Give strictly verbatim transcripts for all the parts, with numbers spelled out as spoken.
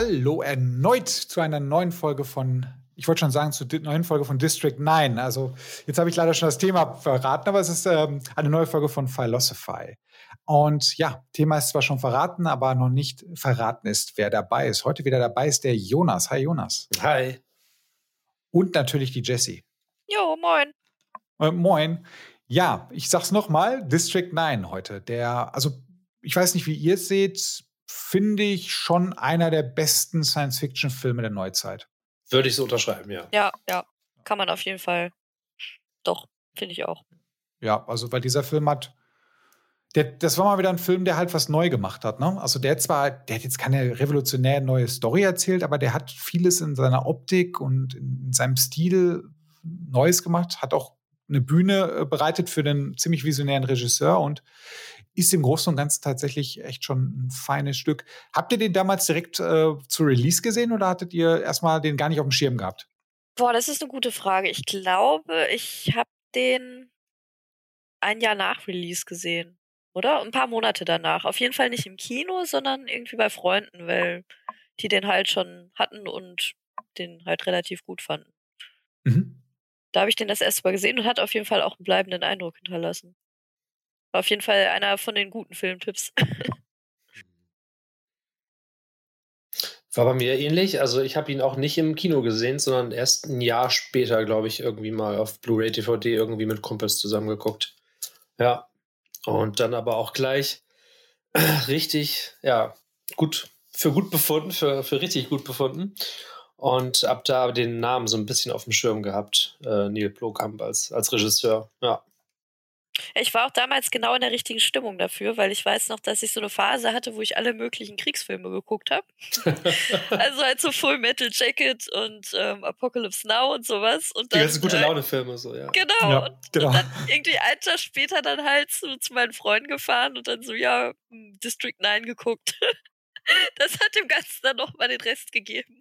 Hallo, erneut zu einer neuen Folge von, ich wollte schon sagen, zur di- neuen Folge von District neun. Also, jetzt habe ich leider schon das Thema verraten, aber es ist ähm, eine neue Folge von Philosophy. Und ja, Thema ist zwar schon verraten, aber noch nicht verraten ist, wer dabei ist. Heute wieder dabei ist der Jonas. Hi, Jonas. Hi. Und natürlich die Jessie. Jo, moin. Äh, moin. Ja, ich sag's nochmal, District neun heute. Der, also, ich weiß nicht, wie ihr es seht, finde ich schon einer der besten Science-Fiction-Filme der Neuzeit. Würde ich so unterschreiben, ja. Ja, ja. Kann man auf jeden Fall. Doch, finde ich auch. Ja, also weil dieser Film hat, der, das war mal wieder ein Film, der halt was neu gemacht hat. Ne? Also der zwar, der hat jetzt keine revolutionär neue Story erzählt, aber der hat vieles in seiner Optik und in seinem Stil Neues gemacht, hat auch eine Bühne äh, bereitet für den ziemlich visionären Regisseur und ist im Großen und Ganzen tatsächlich echt schon ein feines Stück. Habt ihr den damals direkt äh, zu Release gesehen oder hattet ihr erstmal den gar nicht auf dem Schirm gehabt? Boah, das ist eine gute Frage. Ich glaube, ich habe den ein Jahr nach Release gesehen. Oder? Ein paar Monate danach. Auf jeden Fall nicht im Kino, sondern irgendwie bei Freunden, weil die den halt schon hatten und den halt relativ gut fanden. Mhm. Da habe ich den das erste Mal gesehen und hat auf jeden Fall auch einen bleibenden Eindruck hinterlassen. War auf jeden Fall einer von den guten Filmtipps. War bei mir ähnlich. Also ich habe ihn auch nicht im Kino gesehen, sondern erst ein Jahr später, glaube ich, irgendwie mal auf Blu-ray D V D irgendwie mit Kumpels zusammengeguckt. Ja. Und dann aber auch gleich richtig, ja, gut, für gut befunden, für, für richtig gut befunden. Und ab da den Namen so ein bisschen auf dem Schirm gehabt, äh, Neil Blomkamp als, als Regisseur. Ja. Ich war auch damals genau in der richtigen Stimmung dafür, weil ich weiß noch, dass ich so eine Phase hatte, wo ich alle möglichen Kriegsfilme geguckt habe. Also halt so Full Metal Jacket und ähm, Apocalypse Now und sowas. Und Die dann, ganzen gute äh, Laune-Filme, so, ja. Genau. Ja, und, genau. und dann irgendwie einen Tag später dann halt zu, zu meinen Freunden gefahren und dann so, ja, hm, District neun geguckt. Das hat dem Ganzen dann nochmal den Rest gegeben.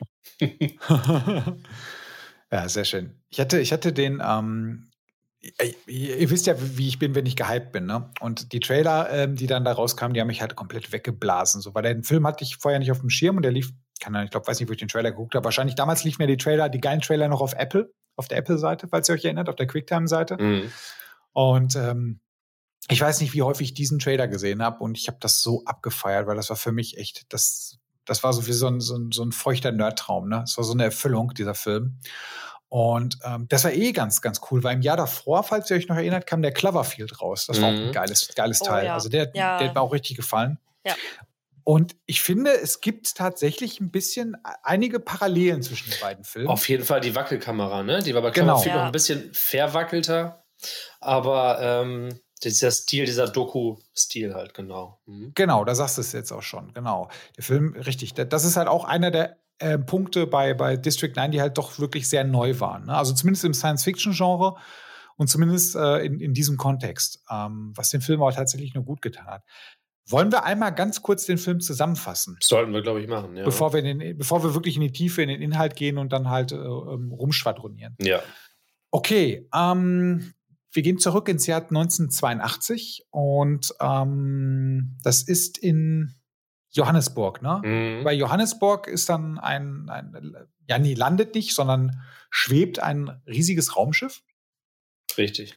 Ja, sehr schön. Ich hatte, ich hatte den, ähm, ihr, ihr wisst ja, wie ich bin, wenn ich gehypt bin, ne? Und die Trailer, ähm, die dann da rauskamen, die haben mich halt komplett weggeblasen. So, weil den Film hatte ich vorher nicht auf dem Schirm und der lief, kann ich glaube, weiß nicht, wo ich den Trailer geguckt habe. Wahrscheinlich damals liefen ja die Trailer, die geilen Trailer noch auf Apple, auf der Apple-Seite, falls ihr euch erinnert, auf der Quicktime-Seite. Mhm. Und ähm, ich weiß nicht, wie häufig ich diesen Trailer gesehen habe und ich habe das so abgefeiert, weil das war für mich echt, das, das war so wie so ein, so ein, so ein feuchter Nerdtraum, ne? Es war so eine Erfüllung, dieser Film. Und ähm, das war eh ganz, ganz cool, weil im Jahr davor, falls ihr euch noch erinnert, kam der Cloverfield raus. Das war auch ein Mhm. geiles, geiles Oh, Teil. ja. Also der, Ja. der hat mir auch richtig gefallen. Ja. Und ich finde, es gibt tatsächlich ein bisschen einige Parallelen zwischen den beiden Filmen. Auf jeden Fall die Wackelkamera, ne? Die war bei Genau. Cloverfield Ja. noch ein bisschen verwackelter, aber ähm, dieser Stil, dieser Doku-Stil halt, genau. Mhm. Genau, da sagst du es jetzt auch schon, genau. Der Film, richtig, da- das ist halt auch einer der äh, Punkte bei, bei District neun, die halt doch wirklich sehr neu waren. Ne? Also zumindest im Science-Fiction-Genre und zumindest äh, in, in diesem Kontext, ähm, was den Film aber tatsächlich nur gut getan hat. Wollen wir einmal ganz kurz den Film zusammenfassen, Sollten wir, glaube ich, machen, ja. bevor wir, in den, bevor wir wirklich in die Tiefe, in den Inhalt gehen und dann halt äh, ähm, rumschwadronieren? Ja. Okay, ähm, wir gehen zurück ins Jahr neunzehnhundertzweiundachtzig und ähm, das ist in Johannesburg, ne? Mhm. Bei Johannesburg ist dann ein, ein, ja, nee, landet nicht, sondern schwebt ein riesiges Raumschiff. Richtig.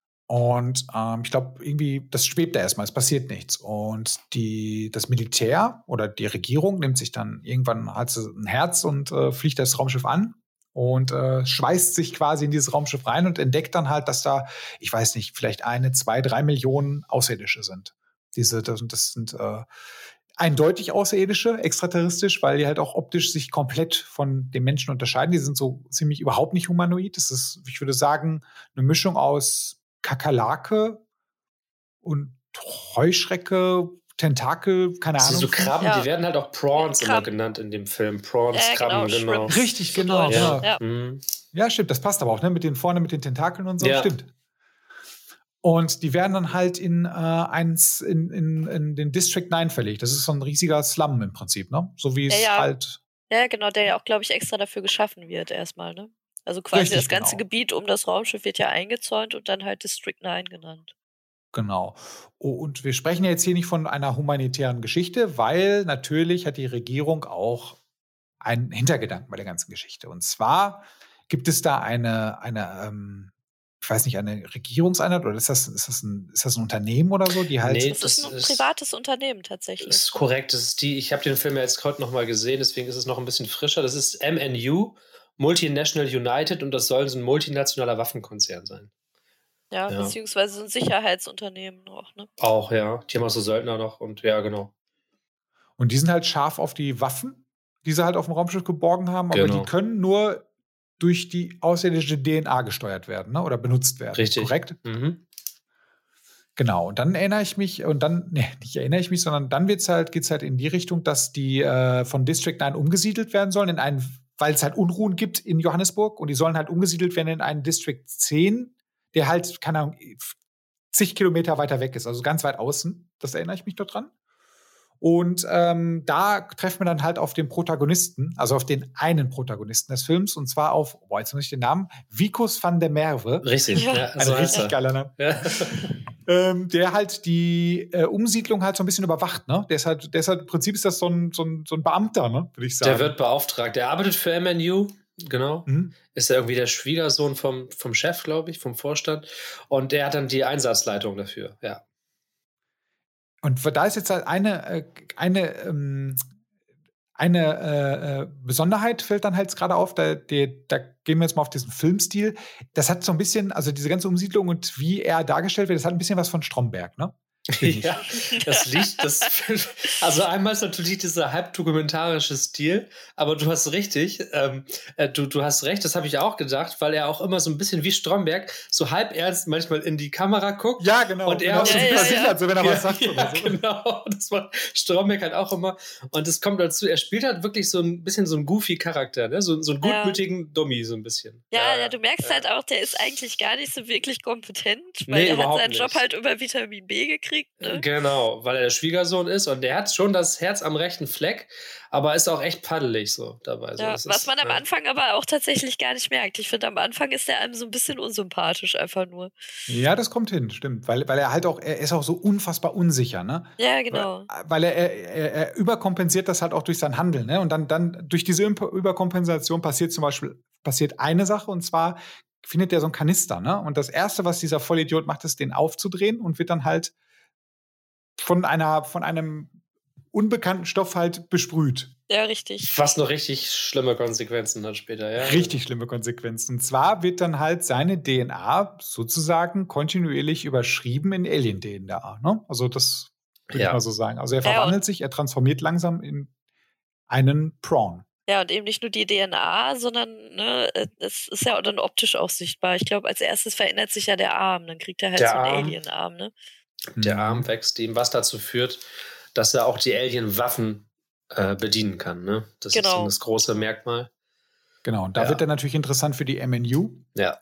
Und ähm, ich glaube, irgendwie, das schwebt da erstmal, es passiert nichts. Und die, das Militär oder die Regierung nimmt sich dann irgendwann halt so ein Herz und äh, fliegt das Raumschiff an und äh, schweißt sich quasi in dieses Raumschiff rein und entdeckt dann halt, dass da, ich weiß nicht, vielleicht eine, zwei, drei Millionen Außerirdische sind. Diese, das, das sind äh, eindeutig Außerirdische, extraterrestrisch, weil die halt auch optisch sich komplett von den Menschen unterscheiden. Die sind so ziemlich überhaupt nicht humanoid. Das ist, ich würde sagen, eine Mischung aus Kakerlake und Heuschrecke, Tentakel, keine Das sind Ahnung. so Krabben, Ja. die werden halt auch Prawns Krabben. immer genannt in dem Film. Prawns, Ja, genau, Krabben, genau. Shrimps. Richtig, Zu genau. Deutsch. Ja. Ja. Mhm. Ja, stimmt, das passt aber auch, ne? Mit den vorne mit den Tentakeln und so, Ja. stimmt. Und die werden dann halt in, äh, eins, in, in, in den District neun verlegt. Das ist so ein riesiger Slum im Prinzip, ne? So wie es Ja, ja. halt. Ja, genau, der ja auch, glaube ich, extra dafür geschaffen wird erstmal, ne? Also quasi Richtig, das ganze genau. Gebiet um das Raumschiff wird ja eingezäunt und dann halt District neun genannt. Genau. Oh, und wir sprechen ja jetzt hier nicht von einer humanitären Geschichte, weil natürlich hat die Regierung auch einen Hintergedanken bei der ganzen Geschichte. Und zwar gibt es da eine, eine ähm, ich weiß nicht, eine Regierungseinheit oder ist das, ist das, ein, ist das ein Unternehmen oder so, die halt. Nee, Das ist das ein ist- privates Unternehmen tatsächlich. Das ist korrekt. Das ist die, ich habe den Film ja jetzt heute nochmal gesehen, deswegen ist es noch ein bisschen frischer. Das ist M N U, Multinational United, und das soll so ein multinationaler Waffenkonzern sein. Ja, Ja. beziehungsweise ein Sicherheitsunternehmen auch, ne? Auch, ja. Die haben auch so Söldner noch und ja, genau. Und die sind halt scharf auf die Waffen, die sie halt auf dem Raumschiff geborgen haben, aber Genau. die können nur durch die außerirdische D N A gesteuert werden, ne? Oder benutzt werden. Richtig. Korrekt? Mhm. Genau. Und dann erinnere ich mich, und dann, nee, nicht erinnere ich mich, sondern dann wird's halt, geht's halt in die Richtung, dass die äh, von District neun umgesiedelt werden sollen, in einen, weil es halt Unruhen gibt in Johannesburg, und die sollen halt umgesiedelt werden in einen District zehn, der halt, keine Ahnung, zig Kilometer weiter weg ist, also ganz weit außen. Das erinnere ich mich dort dran. Und ähm, da treffen wir dann halt auf den Protagonisten, also auf den einen Protagonisten des Films, und zwar auf, boah, jetzt muss ich den Namen, Wikus van der Merwe. Richtig. Ja. Ja, Ein so heißt richtig er. geiler Name. Ja. Ähm, der halt die äh, Umsiedlung halt so ein bisschen überwacht, ne? Der ist halt, der ist halt, im Prinzip ist das so ein, so ein, so ein Beamter, ne? Würde ich sagen. Der wird beauftragt. Der arbeitet für M N U, genau. Mhm. Ist ja irgendwie der Schwiegersohn vom, vom Chef, glaube ich, vom Vorstand. Und der hat dann die Einsatzleitung dafür, ja. Und da ist jetzt halt eine, äh, eine, ähm, eine äh, äh, Besonderheit fällt dann halt gerade auf, da, die, da gehen wir jetzt mal auf diesen Filmstil. Das hat so ein bisschen, also diese ganze Umsiedlung und wie er dargestellt wird, das hat ein bisschen was von Stromberg, ne? Finde ich. Ja, das liegt, das, also einmal ist natürlich dieser halb dokumentarische Stil, aber du hast richtig, ähm, äh, du, du hast recht, das habe ich auch gedacht, weil er auch immer so ein bisschen wie Stromberg so halb ernst manchmal in die Kamera guckt. Ja, genau. Und er genau, auch so Ja, super ja, sicher, ja. so wenn er was sagt ja, oder so. genau, das macht Stromberg halt auch immer. Und es kommt dazu, er spielt halt wirklich so ein bisschen so einen goofy Charakter, ne? so, so einen Ja. gutmütigen Dummy so ein bisschen. Ja, ja, du merkst ja. halt auch, der ist eigentlich gar nicht so wirklich kompetent, Nee, weil er hat überhaupt seinen Job nicht. halt über Vitamin B gekriegt, ne? Genau, weil er der Schwiegersohn ist und der hat schon das Herz am rechten Fleck, aber ist auch echt paddelig so dabei. So, Ja, das was ist, man am ja. Anfang aber auch tatsächlich gar nicht merkt. Ich finde, am Anfang ist der einem so ein bisschen unsympathisch einfach nur. Ja, das kommt hin, stimmt. Weil, weil er halt auch, er ist auch so unfassbar unsicher, ne? Ja, genau. Weil er, er, er überkompensiert das halt auch durch sein Handeln, ne? Und dann, dann durch diese Imp- Überkompensation passiert zum Beispiel passiert eine Sache, und zwar findet er so einen Kanister, ne? Und das Erste, was dieser Vollidiot macht, ist, den aufzudrehen, und wird dann halt von einer, von einem unbekannten Stoff halt besprüht. Ja, richtig. Was noch richtig schlimme Konsequenzen hat später, ja. Richtig schlimme Konsequenzen. Und zwar wird dann halt seine D N A sozusagen kontinuierlich überschrieben in Alien-D N A, ne? Also das würde Ja. ich mal so sagen. Also er Ja, verwandelt sich, er transformiert langsam in einen Prawn. Ja, und eben nicht nur die D N A, sondern ne, äh, es ist ja dann optisch auch sichtbar. Ich glaube, als erstes verändert sich ja der Arm. Dann kriegt er halt Der so einen Arm. Alien-Arm, ne? Der Mhm. Arm wächst ihm, was dazu führt, dass er auch die Alien-Waffen äh, bedienen kann. Ne? Das ist Genau. dann das große Merkmal. Genau, und da Ja. wird er natürlich interessant für die M N U. Ja.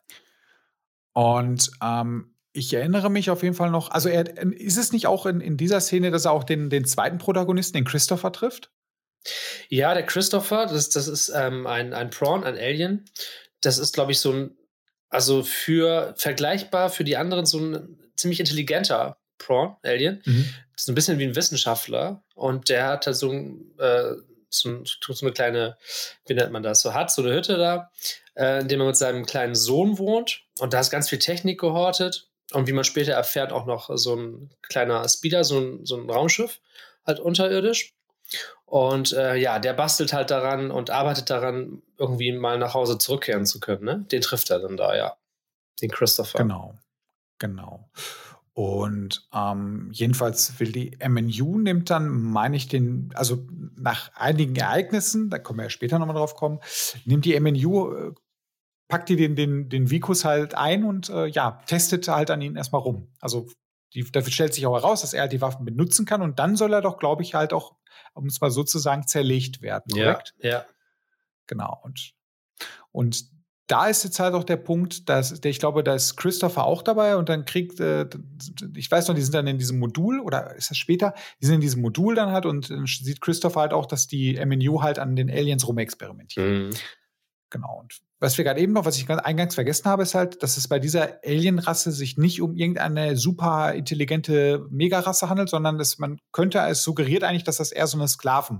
Und ähm, ich erinnere mich auf jeden Fall noch, also er, ist es nicht auch in, in dieser Szene, dass er auch den, den zweiten Protagonisten, den Christopher, trifft? Ja, der Christopher, das, das ist ähm, ein, ein Prawn, ein Alien. Das ist, glaube ich, so ein, also für vergleichbar für die anderen so ein ziemlich intelligenter Prawn, Alien. Mhm. Das ist ein bisschen wie ein Wissenschaftler und der hat halt so, ein, äh, so, ein, so eine kleine, wie nennt man das, so hat so eine Hütte da, äh, in dem er mit seinem kleinen Sohn wohnt und da ist ganz viel Technik gehortet und wie man später erfährt, auch noch so ein kleiner Speeder, so ein, so ein Raumschiff, halt unterirdisch. Und äh, ja, der bastelt halt daran und arbeitet daran, irgendwie mal nach Hause zurückkehren zu können. Ne? Den trifft er dann da, ja. Den Christopher. Genau, genau. Und ähm, jedenfalls will die M N U nimmt dann, meine ich, den, also nach einigen Ereignissen, da können wir ja später nochmal drauf kommen, nimmt die M N U, äh, packt die den, den, den Vikus halt ein und äh, ja, testet halt an ihn erstmal rum. Also die, dafür stellt sich auch heraus, dass er halt die Waffen benutzen kann, und dann soll er doch, glaube ich, halt auch, um es mal sozusagen, zerlegt werden, korrekt? Ja, ja. Genau. Und, und da ist jetzt halt auch der Punkt, dass der, ich glaube, da ist Christopher auch dabei, und dann kriegt, äh, ich weiß noch, die sind dann in diesem Modul, oder ist das später? Die sind in diesem Modul dann halt, und dann sieht Christopher halt auch, dass die M N U halt an den Aliens rumexperimentieren. Mhm. Genau. Und was wir gerade eben noch, was ich ganz eingangs vergessen habe, ist halt, dass es bei dieser Alien-Rasse sich nicht um irgendeine super intelligente Megarasse handelt, sondern dass man könnte, es suggeriert eigentlich, dass das eher so eine Sklaven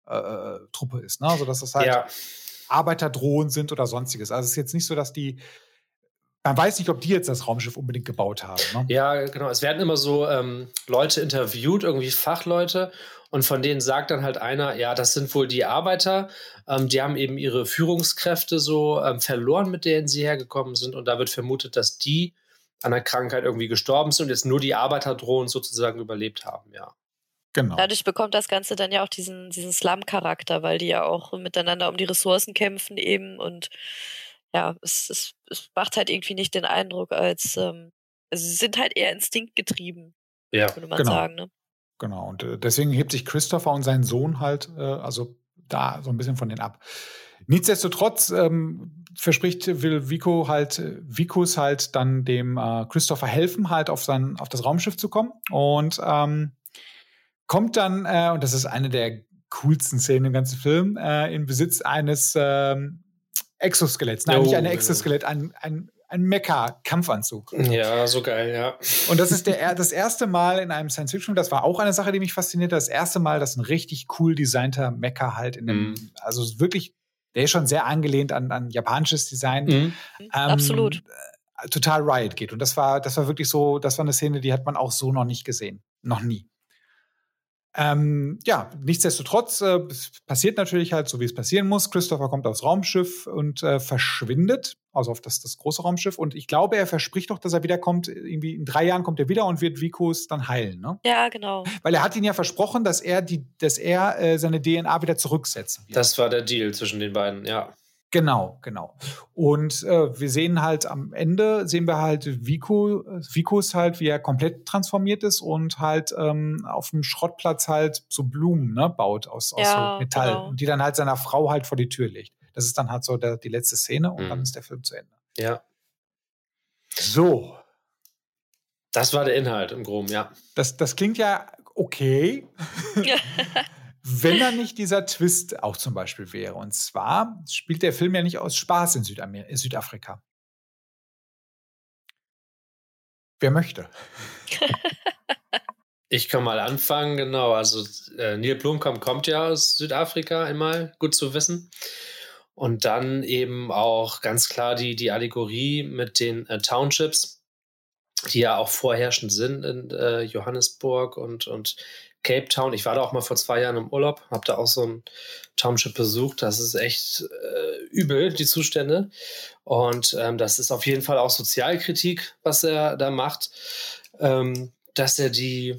äh, Truppe ist, ne? Also dass das halt Ja. Arbeiterdrohnen sind oder sonstiges. Also es ist jetzt nicht so, dass die man weiß nicht, ob die jetzt das Raumschiff unbedingt gebaut haben. Ne? Ja, genau. Es werden immer so ähm, Leute interviewt, irgendwie Fachleute. Und von denen sagt dann halt einer, ja, das sind wohl die Arbeiter. Ähm, die haben eben ihre Führungskräfte so ähm, verloren, mit denen sie hergekommen sind. Und da wird vermutet, dass die an der Krankheit irgendwie gestorben sind und jetzt nur die Arbeiterdrohnen sozusagen überlebt haben, ja. Genau. Dadurch bekommt das Ganze dann ja auch diesen, diesen Slum-Charakter, weil die ja auch miteinander um die Ressourcen kämpfen eben und ja, es, es, es macht halt irgendwie nicht den Eindruck, als ähm, also sie sind halt eher instinktgetrieben, Ja, würde man genau. sagen. Ne? Genau, und äh, deswegen hebt sich Christopher und sein Sohn halt, äh, also da so ein bisschen von denen ab. Nichtsdestotrotz ähm, verspricht, will Vico halt, Vicus halt dann dem äh, Christopher helfen, halt auf sein, auf das Raumschiff zu kommen. Und ähm, kommt dann, äh, und das ist eine der coolsten Szenen im ganzen Film, äh, in Besitz eines ähm, Exoskeletts. Nein, Oh, nicht ein ja. Exoskelett, ein, ein, ein Mecha-Kampfanzug. Ja, so geil, ja. Und das ist der, das erste Mal in einem Science-Fiction-Film, das war auch eine Sache, die mich fasziniert hat, das erste Mal, dass ein richtig cool designter Mecha halt in dem, Mhm. also wirklich, der ist schon sehr angelehnt an, an japanisches Design. Mhm. Ähm, Absolut. äh, total Riot geht. Und das war, das war wirklich so, das war eine Szene, die hat man auch so noch nicht gesehen. Noch nie. Ähm, ja, nichtsdestotrotz äh, es passiert natürlich halt so, wie es passieren muss. Christopher kommt aufs Raumschiff und äh, verschwindet, also auf das, das große Raumschiff. Und ich glaube, er verspricht doch, dass er wiederkommt. Irgendwie in drei Jahren kommt er wieder und wird Vicus dann heilen, ne? Ja, genau. Weil er hat ihn ja versprochen, dass er, die, dass er äh, seine D N A wieder zurücksetzen wird. Das war der Deal zwischen den beiden, ja. Genau, genau. Und äh, wir sehen halt am Ende, sehen wir halt Vico, Vicus halt, wie er komplett transformiert ist und halt ähm, auf dem Schrottplatz halt so Blumen, ne, baut aus, aus Ja, so Metall. genau. Und die dann halt seiner Frau halt vor die Tür legt. Das ist dann halt so der, die letzte Szene und Mhm. dann ist der Film zu Ende. Ja. So. Das war der Inhalt im Groben, ja. Das, das klingt ja okay. Wenn da nicht dieser Twist auch zum Beispiel wäre. Und zwar spielt der Film ja nicht aus Spaß in, Südamer in Südafrika. Wer möchte? Ich kann mal anfangen, genau. Also äh, Neil Blomkamp kommt ja aus Südafrika, einmal gut zu wissen. Und dann eben auch ganz klar die, die Allegorie mit den äh, Townships, die ja auch vorherrschend sind in äh, Johannesburg und, und Cape Town. Ich war da auch mal vor zwei Jahren im Urlaub, habe da auch so ein Township besucht. Das ist echt äh, übel, die Zustände. Und ähm, das ist auf jeden Fall auch Sozialkritik, was er da macht. Ähm, dass er die,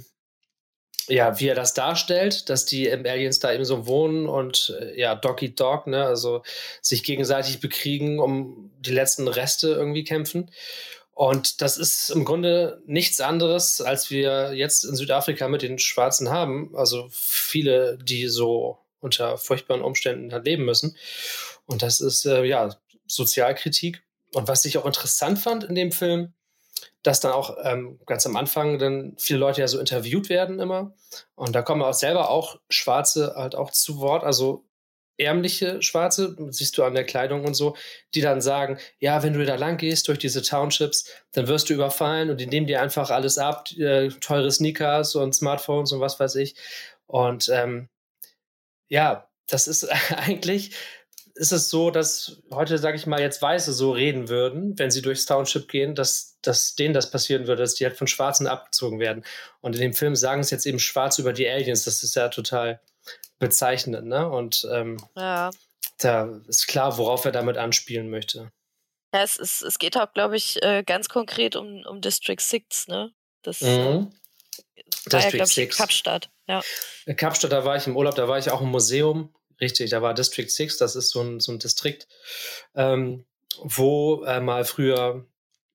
ja, wie er das darstellt, dass die ähm, Aliens da eben so wohnen und äh, ja, Dog Eat Dog, ne, also sich gegenseitig bekriegen, um die letzten Reste irgendwie kämpfen. Und das ist im Grunde nichts anderes, als wir jetzt in Südafrika mit den Schwarzen haben. Also viele, die so unter furchtbaren Umständen halt leben müssen. Und das ist, äh, ja, Sozialkritik. Und was ich auch interessant fand in dem Film, dass dann auch ähm, ganz am Anfang dann viele Leute ja so interviewt werden immer. Und da kommen auch selber auch Schwarze halt auch zu Wort. Also ärmliche Schwarze, siehst du an der Kleidung und so, die dann sagen, ja, wenn du da lang gehst durch diese Townships, dann wirst du überfallen und die nehmen dir einfach alles ab, äh, teure Sneakers und Smartphones und was weiß ich. Und ähm, ja, das ist eigentlich, ist es so, dass heute, sage ich mal, jetzt Weiße so reden würden, wenn sie durchs Township gehen, dass, dass denen das passieren würde, dass die halt von Schwarzen abgezogen werden. Und in dem Film sagen es jetzt eben Schwarz über die Aliens. Das ist ja total bezeichnend, ne? Und ähm, Ja. da ist klar, worauf er damit anspielen möchte. Ja, es, ist, es geht auch, glaube ich, äh, ganz konkret um, um District six, ne? Das Mhm. äh, war ja, District glaube ich, in six. Kapstadt. Ja. In Kapstadt, da war ich im Urlaub, da war ich auch im Museum. Richtig, da war District six, das ist so ein, so ein Distrikt, ähm, wo äh, mal früher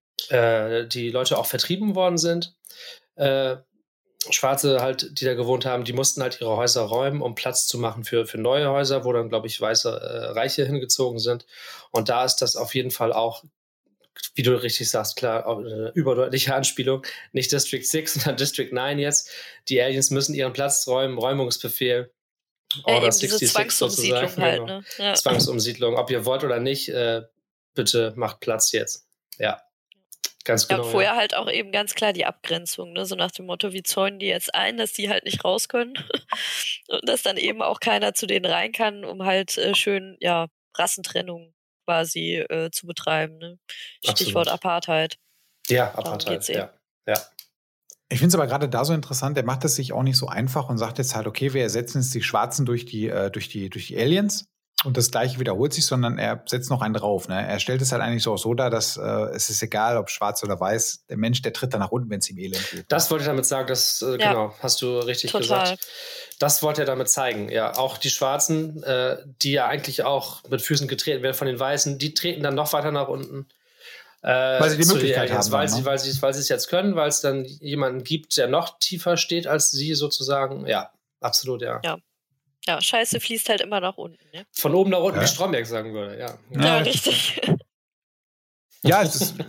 äh, die Leute auch vertrieben worden sind. Äh, Schwarze halt, die da gewohnt haben, die mussten halt ihre Häuser räumen, um Platz zu machen für, für neue Häuser, wo dann, glaube ich, weiße äh, Reiche hingezogen sind. Und da ist das auf jeden Fall auch, wie du richtig sagst, klar, auch eine überdeutliche Anspielung. Nicht District six, sondern District neun jetzt. Die Aliens müssen ihren Platz räumen, Räumungsbefehl. Ja, Order eben diese sechsundsechzig Zwangsumsiedlung sozusagen. halt, Genau. ne? Ja. Zwangsumsiedlung. Ob ihr wollt oder nicht, äh, bitte macht Platz jetzt. Ja, ganz Ja, genau. und vorher halt auch eben ganz klar die Abgrenzung, ne? So nach dem Motto, wie zäunen die jetzt ein, dass die halt nicht raus können. Und dass dann eben auch keiner zu denen rein kann, um halt äh, schön, ja, Rassentrennung quasi äh, zu betreiben. Ne? Stichwort Absolut. Apartheid. Ja, Darum Apartheid, geht's eben. ja. ja. Ich finde es aber gerade da so interessant, er macht es sich auch nicht so einfach und sagt jetzt halt, okay, wir ersetzen jetzt die Schwarzen durch die, äh, durch die, durch die Aliens und das Gleiche wiederholt sich, sondern er setzt noch einen drauf. Ne? Er stellt es halt eigentlich so, auch so dar, dass äh, es ist egal, ob schwarz oder weiß, der Mensch, der tritt dann nach unten, wenn es ihm elend geht. Das wollte ich damit sagen, das, äh, Ja. genau, hast du richtig Total. gesagt. Das wollte er damit zeigen, ja. Auch die Schwarzen, äh, die ja eigentlich auch mit Füßen getreten werden von den Weißen, die treten dann noch weiter nach unten. Äh, Weil sie die zu Möglichkeit Aliens, haben Weil dann, sie, ne? weil sie, weil sie es jetzt können, weil es dann jemanden gibt, der noch tiefer steht als sie sozusagen. Ja, absolut, ja. Ja. Ja, Scheiße fließt halt immer nach unten. Ne? Von oben nach unten, Ja. wie Stromberg sagen würde, ja. Ja, Ja, richtig. richtig. Ja, es ist,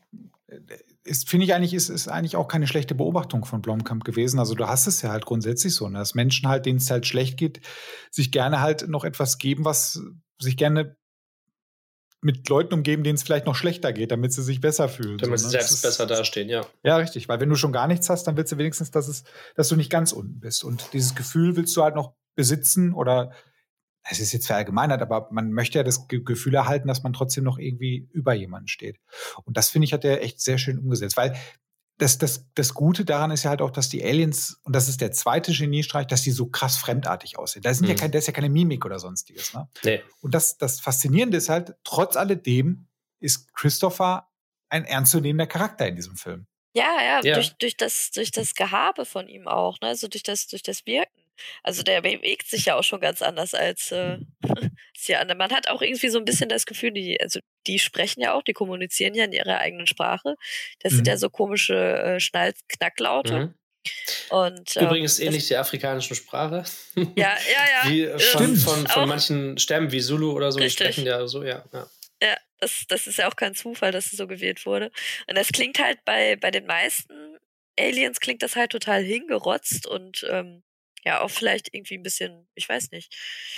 ist finde ich eigentlich, ist, ist eigentlich auch keine schlechte Beobachtung von Blomkamp gewesen. Also du hast es ja halt grundsätzlich so, ne? Dass Menschen halt, denen es halt schlecht geht, sich gerne halt noch etwas geben, was sich gerne mit Leuten umgeben, denen es vielleicht noch schlechter geht, damit sie sich besser fühlen. Damit so, sie ne? Das selbst ist- besser dastehen, ja. Ja, richtig. Weil wenn du schon gar nichts hast, dann willst du wenigstens, dass, es, dass du nicht ganz unten bist. Und dieses Gefühl willst du halt noch besitzen oder es ist jetzt verallgemeinert, aber man möchte ja das Ge- Gefühl erhalten, dass man trotzdem noch irgendwie über jemanden steht. Und das, finde ich, hat er echt sehr schön umgesetzt. Weil das, das, das Gute daran ist ja halt auch, dass die Aliens, und das ist der zweite Geniestreich, dass die so krass fremdartig aussehen. Da, sind ja Mhm. kein, da ist ja keine Mimik oder sonstiges. Ne? Nee. Und das, das Faszinierende ist halt, trotz alledem ist Christopher ein ernstzunehmender Charakter in diesem Film. Ja, ja, Ja. Durch, durch, das, durch das Gehabe von ihm auch, ne? Also durch das, durch das Wirken. Also der bewegt sich ja auch schon ganz anders als, äh, als die anderen. Man hat auch irgendwie so ein bisschen das Gefühl, die, also die sprechen ja auch, die kommunizieren ja in ihrer eigenen Sprache. Das sind Mhm. ja so komische äh, Schnall-Knacklaute. Mhm. Und, ähm, Übrigens das- ähnlich der afrikanischen Sprache. Ja, ja, ja. Wie äh, von, Stimmt. von, von auch. manchen Stämmen wie Zulu oder so, die Richtig. sprechen ja so, ja. ja. Ja, das, das ist ja auch kein Zufall, dass es so gewählt wurde. Und das klingt halt bei, bei den meisten Aliens klingt das halt total hingerotzt und ähm, ja, auch vielleicht irgendwie ein bisschen, ich weiß nicht,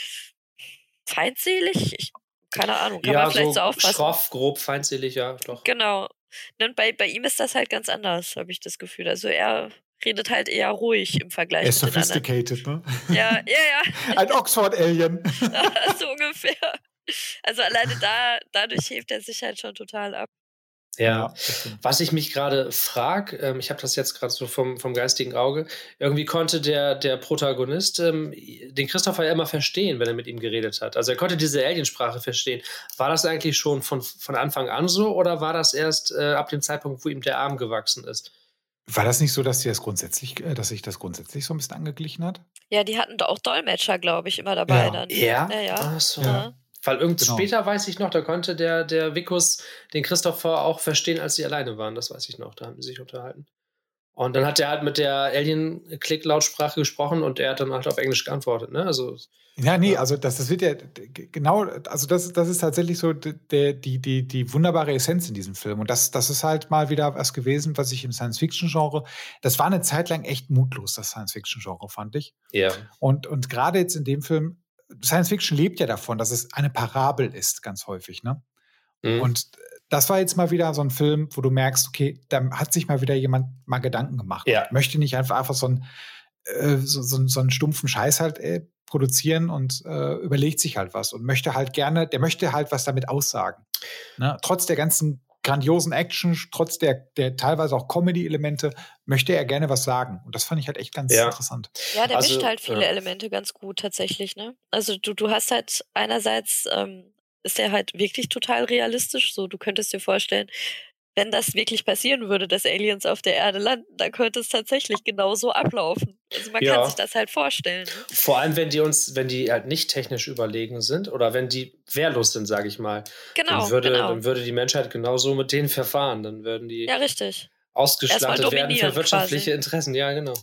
feindselig? Ich, keine Ahnung, kann ja, man vielleicht so, so auffassen. schroff, grob, feindselig, ja, doch. Genau. Und bei, bei ihm ist das halt ganz anders, habe ich das Gefühl. Also er redet halt eher ruhig im Vergleich Er ist mit den anderen. sophisticated, ne? Ja, ja, ja. Ein Oxford-Alien. So ungefähr. Also alleine da, dadurch hebt er sich halt schon total ab. Ja. das stimmt. Was ich mich gerade frage, ähm, ich habe das jetzt gerade so vom, vom geistigen Auge, irgendwie konnte der, der Protagonist ähm, den Christopher ja immer verstehen, wenn er mit ihm geredet hat. Also er konnte diese Aliensprache verstehen. War das eigentlich schon von, von Anfang an so oder war das erst äh, ab dem Zeitpunkt, wo ihm der Arm gewachsen ist? War das nicht so, dass, die das grundsätzlich, äh, dass sich das grundsätzlich so ein bisschen angeglichen hat? Ja, die hatten da auch Dolmetscher, glaube ich, immer dabei Ja. dann. Ja? Ja, ja. Ach so. Ja. Weil irgend Genau. später weiß ich noch, da konnte der, der Vikus den Christopher auch verstehen, als sie alleine waren. Das weiß ich noch, da haben sie sich unterhalten. Und dann hat er halt mit der Alien-Klick-Lautsprache gesprochen und er hat dann halt auf Englisch geantwortet. Ne? Also, Ja, nee, Ja. also das, das wird ja d- g- genau, also das, das ist tatsächlich so d- der, die, die, die wunderbare Essenz in diesem Film. Und das, das ist halt mal wieder was gewesen, was ich im Science-Fiction-Genre, das war eine Zeit lang echt mutlos, das Science-Fiction-Genre, fand ich. ja. Und, und gerade jetzt in dem Film, Science Fiction lebt ja davon, dass es eine Parabel ist, ganz häufig, ne? Mhm. Und das war jetzt mal wieder so ein Film, wo du merkst, okay, da hat sich mal wieder jemand mal Gedanken gemacht. Ja. Und möchte nicht einfach, einfach so, einen, äh, so, so, so einen stumpfen Scheiß halt äh, produzieren und äh, überlegt sich halt was und möchte halt gerne, der möchte halt was damit aussagen. Ne? Trotz der ganzen grandiosen Action, trotz der, der teilweise auch Comedy-Elemente, möchte er gerne was sagen. Und das fand ich halt echt ganz Ja. interessant. Ja, der Also, mischt halt viele ja. Elemente ganz gut tatsächlich, ne? Also du, du hast halt einerseits, ähm, ist der halt wirklich total realistisch. So, du könntest dir vorstellen, wenn das wirklich passieren würde, dass Aliens auf der Erde landen, dann könnte es tatsächlich genauso ablaufen. Also man Ja. kann sich das halt vorstellen. Ne? Vor allem, wenn die uns, wenn die halt nicht technisch überlegen sind oder wenn die wehrlos sind, sage ich mal, Genau, dann, würde, genau. dann würde die Menschheit genauso mit denen verfahren. Dann würden die Ja, richtig. ausgeschlachtet Erstmal werden für dominieren wirtschaftliche quasi. Interessen. Ja, genau.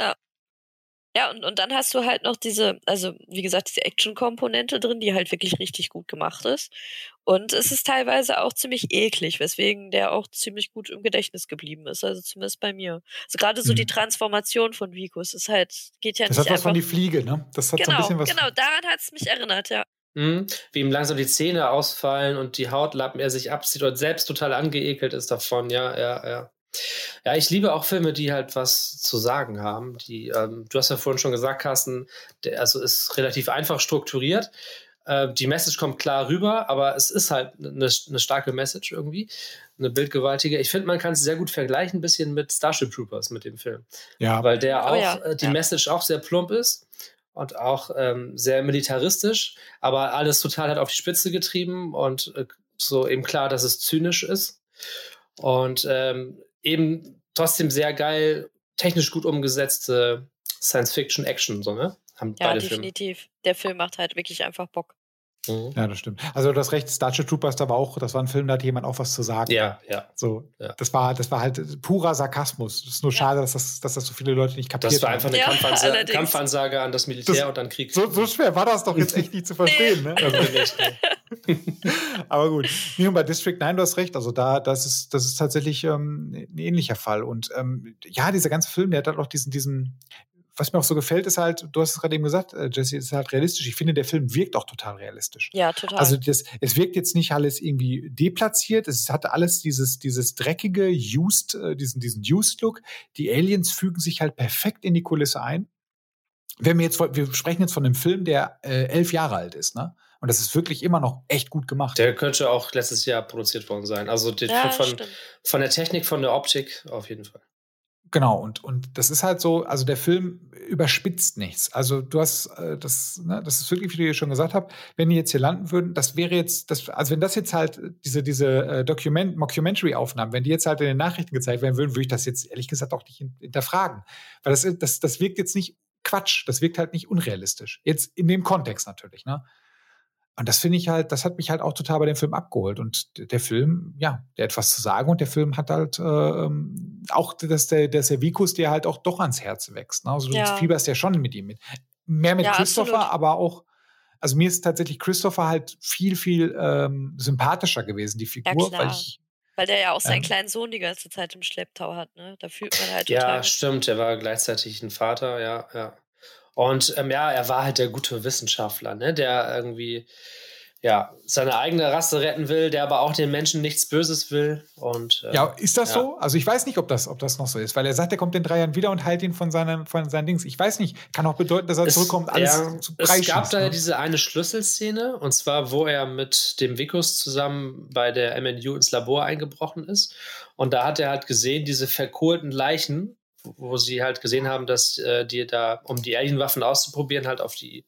Ja, und, und dann hast du halt noch diese, also wie gesagt, diese Action-Komponente drin, die halt wirklich richtig gut gemacht ist. Und es ist teilweise auch ziemlich eklig, weswegen der auch ziemlich gut im Gedächtnis geblieben ist. Also zumindest bei mir. Also gerade so Mhm. die Transformation von Vikus ist halt, geht ja Das nicht hat was von einfach. die Fliege, ne? Das hat so ein Genau, bisschen was. genau, daran hat es mich erinnert, ja. Mhm. Wie ihm langsam die Zähne ausfallen und die Hautlappen er sich abzieht und selbst total angeekelt ist davon. Ja, ja, ja. Ja, ich liebe auch Filme, die halt was zu sagen haben. Die, ähm, du hast ja vorhin schon gesagt, Carsten, der also ist relativ einfach strukturiert. Äh, die Message kommt klar rüber, aber es ist halt eine, eine starke Message irgendwie, eine bildgewaltige. Ich finde, man kann es sehr gut vergleichen, ein bisschen mit Starship Troopers, mit dem Film. Ja. Weil der Oh auch, ja, äh, die ja. Message auch sehr plump ist und auch ähm, sehr militaristisch, aber alles total halt auf die Spitze getrieben und äh, so eben klar, dass es zynisch ist. Und ähm, eben trotzdem sehr geil, technisch gut umgesetzte Science-Fiction-Action, so, ne? Haben Ja, beide Filme. definitiv. Der Film macht halt wirklich einfach Bock. Mhm. Ja, das stimmt. Also das Recht, Starship Troopers, da war auch, das war ein Film, da hat jemand auch was zu sagen. Ja, ja. So, Ja. das war, das war halt purer Sarkasmus. Das ist nur Ja. schade, dass das, dass das so viele Leute nicht kapiert Das war haben. einfach eine Ja, Kampfansa allerdings. Kampfansage an das Militär Das- und an Krieg. So, so schwer war das doch jetzt echt nicht zu verstehen. Ne? Also, aber gut. Nee, und bei District neun, du hast recht. Also da, das ist, das ist tatsächlich ähm, ein ähnlicher Fall. Und ähm, ja, dieser ganze Film, der hat halt auch diesen, diesen, was mir auch so gefällt, ist halt, du hast es gerade eben gesagt, äh, Jesse, ist halt realistisch. Ich finde, der Film wirkt auch total realistisch. Ja, total. Also das, es wirkt jetzt nicht alles irgendwie deplatziert. Es hat alles dieses, dieses dreckige, used, äh, diesen, diesen Used-Look. Die Aliens fügen sich halt perfekt in die Kulisse ein. Wenn wir jetzt, wir sprechen jetzt von einem Film, der äh, elf Jahre alt ist, ne? Und das ist wirklich immer noch echt gut gemacht. Der könnte auch letztes Jahr produziert worden sein. Also die, ja, von, stimmt. von der Technik, von der Optik auf jeden Fall. Genau, und, und das ist halt so, also der Film überspitzt nichts. Also du hast, äh, das, ne, das ist wirklich, wie du schon gesagt hast, wenn die jetzt hier landen würden, das wäre jetzt, das, also wenn das jetzt halt diese, diese äh, Document, Mockumentary-Aufnahmen, wenn die jetzt halt in den Nachrichten gezeigt werden würden, würde ich das jetzt ehrlich gesagt auch nicht hinterfragen. Weil das, das, das wirkt jetzt nicht Quatsch, das wirkt halt nicht unrealistisch. Jetzt in dem Kontext natürlich, ne? Und das finde ich halt, das hat mich halt auch total bei dem Film abgeholt. Und d- der Film, ja, der hat was zu sagen und der Film hat halt äh, ähm, auch, dass der, dass der Vikus dir halt auch doch ans Herz wächst. Ne? Also du Ja. fieberst ja schon mit ihm mit. Mehr mit Ja, Christopher, absolut. aber auch, also mir ist tatsächlich Christopher halt viel, viel ähm, sympathischer gewesen, die Figur, klar. weil ich, Weil der ja auch seinen Ähm. kleinen Sohn die ganze Zeit im Schlepptau hat, ne? Da fühlt man halt total Ja, mit. stimmt. Er war gleichzeitig ein Vater, ja, ja. Und ähm, ja, er war halt der gute Wissenschaftler, ne? Der irgendwie ja seine eigene Rasse retten will, der aber auch den Menschen nichts Böses will. Und äh, ja, ist das ja. so? Also ich weiß nicht, ob das, ob das noch so ist, weil er sagt, er kommt in drei Jahren wieder und heilt ihn von seinem, von seinen Dings. Ich weiß nicht, kann auch bedeuten, dass er Es- zurückkommt, alles ja, zu Es Preis gab schießt, da ne? diese eine Schlüsselszene, und zwar, wo er mit dem Vikus zusammen bei der M N U ins Labor eingebrochen ist. Und da hat er halt gesehen, diese verkohlten Leichen, wo- wo sie halt gesehen haben, dass äh, die da, um die Alienwaffen auszuprobieren, halt auf die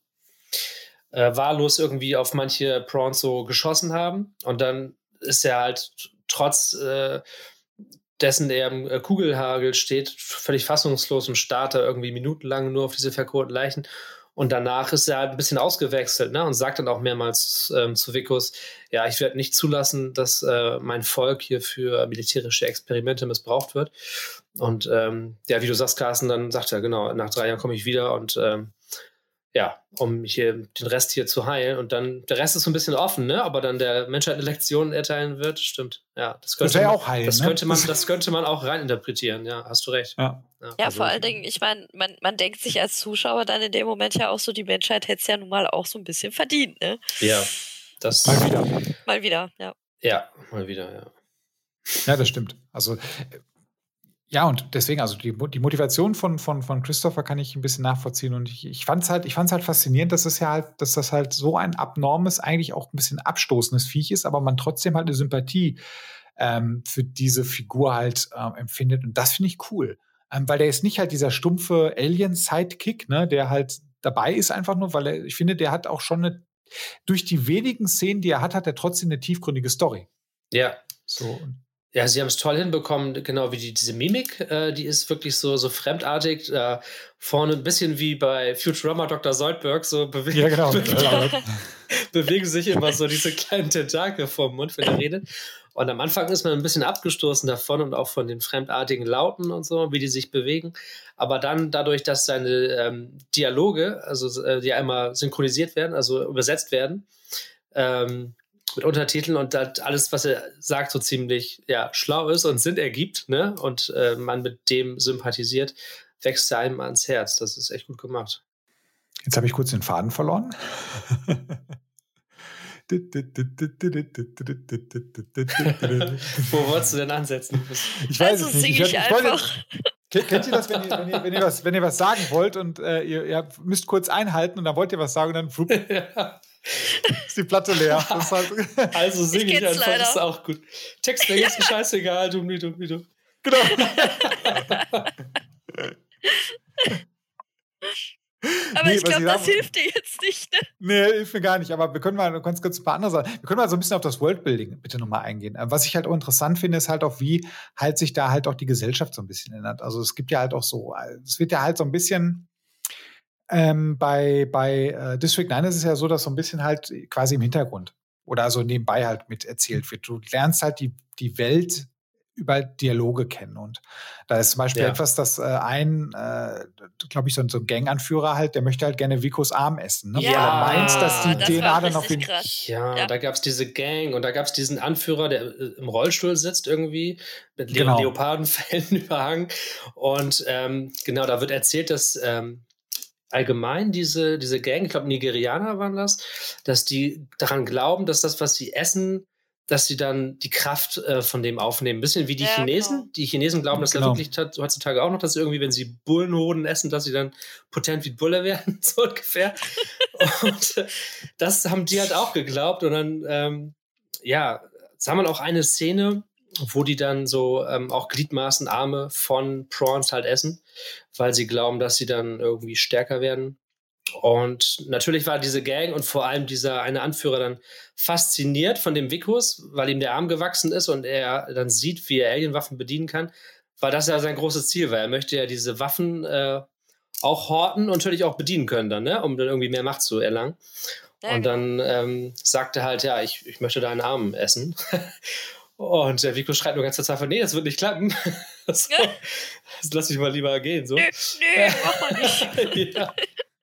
äh, wahllos irgendwie auf manche Prawns so geschossen haben. Und dann ist er halt trotz äh, dessen, der im äh, Kugelhagel steht, völlig fassungslos und starrt da irgendwie minutenlang nur auf diese verkohlten Leichen. Und danach ist er halt ein bisschen ausgewechselt, ne? Und sagt dann auch mehrmals ähm, zu Vikus, ja, ich werde nicht zulassen, dass äh, mein Volk hier für militärische Experimente missbraucht wird. Und ähm, ja, wie du sagst, Carsten, dann sagt er, genau, nach drei Jahren komme ich wieder und ähm, ja, um hier den Rest hier zu heilen. Und dann, der Rest ist so ein bisschen offen, ne? Aber dann der Menschheit eine Lektion erteilen wird, stimmt. Ja, das könnte, er man, auch heilen, das, ne? könnte man, das könnte man auch reininterpretieren, ja, hast du recht. Ja. Ja, also- vor allen Dingen, ich meine, man, man denkt sich als Zuschauer dann in dem Moment ja auch so, die Menschheit hätte es ja nun mal auch so ein bisschen verdient, ne? Ja, das. Mal wieder. Mal wieder, ja. Ja, mal wieder, ja. Ja, das stimmt. Also, äh, ja, und deswegen, also die, Mo- die Motivation von, von, von Christopher kann ich ein bisschen nachvollziehen. Und ich, ich fand es halt, ich fand's halt faszinierend, dass es ja halt, dass das halt so ein abnormes, eigentlich auch ein bisschen abstoßendes Viech ist, aber man trotzdem halt eine Sympathie ähm, für diese Figur halt ähm, empfindet. Und das finde ich cool. Ähm, weil der ist nicht halt dieser stumpfe Alien-Sidekick, ne, der halt dabei ist, einfach nur, weil er, ich finde, der hat auch schon eine, durch die wenigen Szenen, die er hat, hat er trotzdem eine tiefgründige Story. Ja. So. Und Ja, sie haben es toll hinbekommen, genau wie die, diese Mimik, äh, die ist wirklich so, so fremdartig. Äh, vorne ein bisschen wie bei Futurama Doktor Soldberg, so bewegt, ja, genau. bewegen sich immer so diese kleinen Tentakel vom Mund, wenn er redet. Und am Anfang ist man ein bisschen abgestoßen davon und auch von den fremdartigen Lauten und so, wie die sich bewegen. Aber dann dadurch, dass seine ähm, Dialoge, also äh, die einmal synchronisiert werden, also übersetzt werden, ähm, mit Untertiteln und das alles, was er sagt, so ziemlich ja, schlau ist und Sinn ergibt, ne? Und äh, man mit dem sympathisiert, wächst er einem ans Herz. Das ist echt gut gemacht. Jetzt habe ich kurz den Faden verloren. Wo wolltest du denn ansetzen? Ich weiß Also es nicht. singe Ich, ich ich wollte, einfach. Kennt kennt ihr das, wenn ihr, wenn ihr, wenn ihr, was, wenn ihr was sagen wollt und äh, ihr, ihr müsst kurz einhalten und dann wollt ihr was sagen und dann flupp, Ja. ist die Platte leer. Das ist halt, Also singe ich, kenn's einfach, leider. ist auch gut. Text vergessen, scheißegal, dumm, dumm, dumm. genau. Aber Nee, ich was glaube, ich das sagen- hilft dir jetzt nicht. Ne? Nee, hilft mir gar nicht. Aber wir können mal ganz kurz ein paar andere Sachen. Wir können mal so ein bisschen auf das Worldbuilding bitte nochmal eingehen. Äh, Was ich halt auch interessant finde, ist halt auch, wie halt sich da halt auch die Gesellschaft so ein bisschen ändert. Also es gibt ja halt auch so, äh, es wird ja halt so ein bisschen ähm, bei, bei äh, District neun ist es ja so, dass so ein bisschen halt quasi im Hintergrund oder so nebenbei halt mit erzählt wird. Du lernst halt die, die Welt über Dialoge kennen. Und da ist zum Beispiel Ja. etwas, dass äh, ein, äh, glaube ich, so ein, so ein Ganganführer halt, der möchte halt gerne Vikos Arm essen. Ne? Ja, Weil er meint, dass die das D N A war dann auf richtig ihn. krass. Ja, Ja. da gab es diese Gang und da gab es diesen Anführer, der äh, im Rollstuhl sitzt irgendwie, mit Le Genau. Leopardenfellen überhangen. Und ähm, genau, da wird erzählt, dass ähm, allgemein diese, diese Gang, ich glaube Nigerianer waren das, dass die daran glauben, dass das, was sie essen, dass sie dann die Kraft äh, von dem aufnehmen. Ein bisschen wie die Ja, Chinesen. genau. Die Chinesen glauben das Genau. ja wirklich tat- heutzutage auch noch, dass irgendwie, wenn sie Bullenhoden essen, dass sie dann potent wie Bulle werden, so ungefähr. Und äh, das haben die halt auch geglaubt. Und dann, ähm, ja, sah man auch eine Szene, wo die dann so ähm, auch Gliedmaßen, Arme von Prawns halt essen, weil sie glauben, dass sie dann irgendwie stärker werden. Und natürlich war diese Gang und vor allem dieser eine Anführer dann fasziniert von dem Vikus, weil ihm der Arm gewachsen ist und er dann sieht, wie er Alienwaffen bedienen kann, weil das ja sein großes Ziel war. Er möchte ja diese Waffen äh, auch horten und natürlich auch bedienen können dann, ne? Um dann irgendwie mehr Macht zu erlangen. Ja, und genau. dann ähm, sagt er halt, ja, ich, ich möchte deinen Arm essen. Und der Vikus schreit nur ganz verzweifelt, nee, das wird nicht klappen. so, das lass mich mal lieber gehen. So. Nö, nö, mach mal nicht. ja.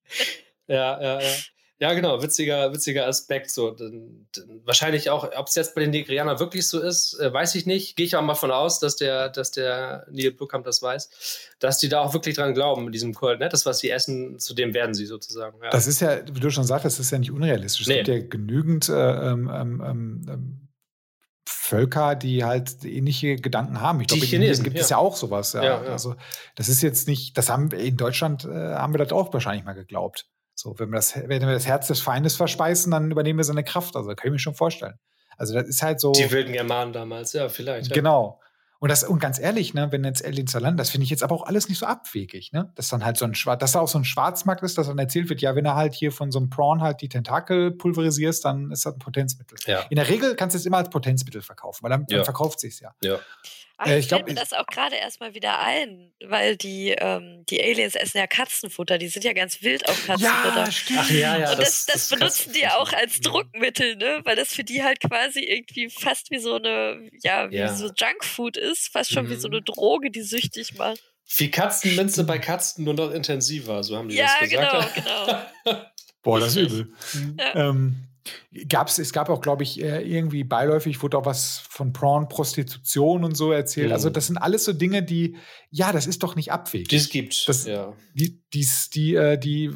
ja, ja, ja. Ja, genau, witziger, witziger Aspekt. So. Denn, denn wahrscheinlich auch, ob es jetzt bei den Nigerianern wirklich so ist, äh, weiß ich nicht. Gehe ich auch mal von aus, dass der, dass der Neil Blomkamp das weiß, dass die da auch wirklich dran glauben in diesem Kult. Ne? Das, was sie essen, zu dem werden sie sozusagen. Ja. Das ist ja, wie du schon sagst, das ist ja nicht unrealistisch. Es Nee. gibt ja genügend äh, ähm, ähm, ähm, Völker, die halt ähnliche Gedanken haben. Ich Die glaube, in Chinesen, Indien gibt ja. es ja auch sowas. Ja. Ja, ja. Also das ist jetzt nicht, das haben wir in Deutschland äh, haben wir das auch wahrscheinlich mal geglaubt. So, wenn wir das, wenn wir das Herz des Feindes verspeisen, dann übernehmen wir seine Kraft. Also kann ich mir schon vorstellen. Also das ist halt so. Die wilden Germanen damals, ja, vielleicht. Ja. Genau. Und das, und ganz ehrlich, ne, wenn jetzt Aliens da landen, das finde ich jetzt aber auch alles nicht so abwegig, ne? Dass dann halt so ein Schwarz, dass da auch so ein Schwarzmarkt ist, dass dann erzählt wird, ja, wenn er halt hier von so einem Prawn halt die Tentakel pulverisierst, dann ist das ein Potenzmittel. Ja. In der Regel kannst du es immer als Potenzmittel verkaufen, weil dann, dann Ja. verkauft sich's ja. Ja. Ach, Äh, ich ich glaub, fällt mir ich- das auch gerade erstmal wieder ein, weil die, ähm, die Aliens essen ja Katzenfutter, die sind ja ganz wild auf Katzenfutter. stimmt. Ach ja, ja. Und das, das, das benutzen die auch als Druckmittel, ne? Weil das für die halt quasi irgendwie fast wie so eine, ja, wie Ja. so Junkfood ist, fast schon wie so Mhm. eine Droge, die süchtig macht. Wie Katzenminze bei Katzen, nur noch intensiver, so haben die Ja, das gesagt. genau, genau. Boah, das ist übel. Ja. Ähm, gab's, es gab auch, glaube ich, äh, irgendwie beiläufig wurde auch was von Prawn-Prostitution und so erzählt. Mhm. Also das sind alles so Dinge, die, ja, das ist doch nicht abwegig. Die es gibt. Das- ja. die, dies, die, äh, die,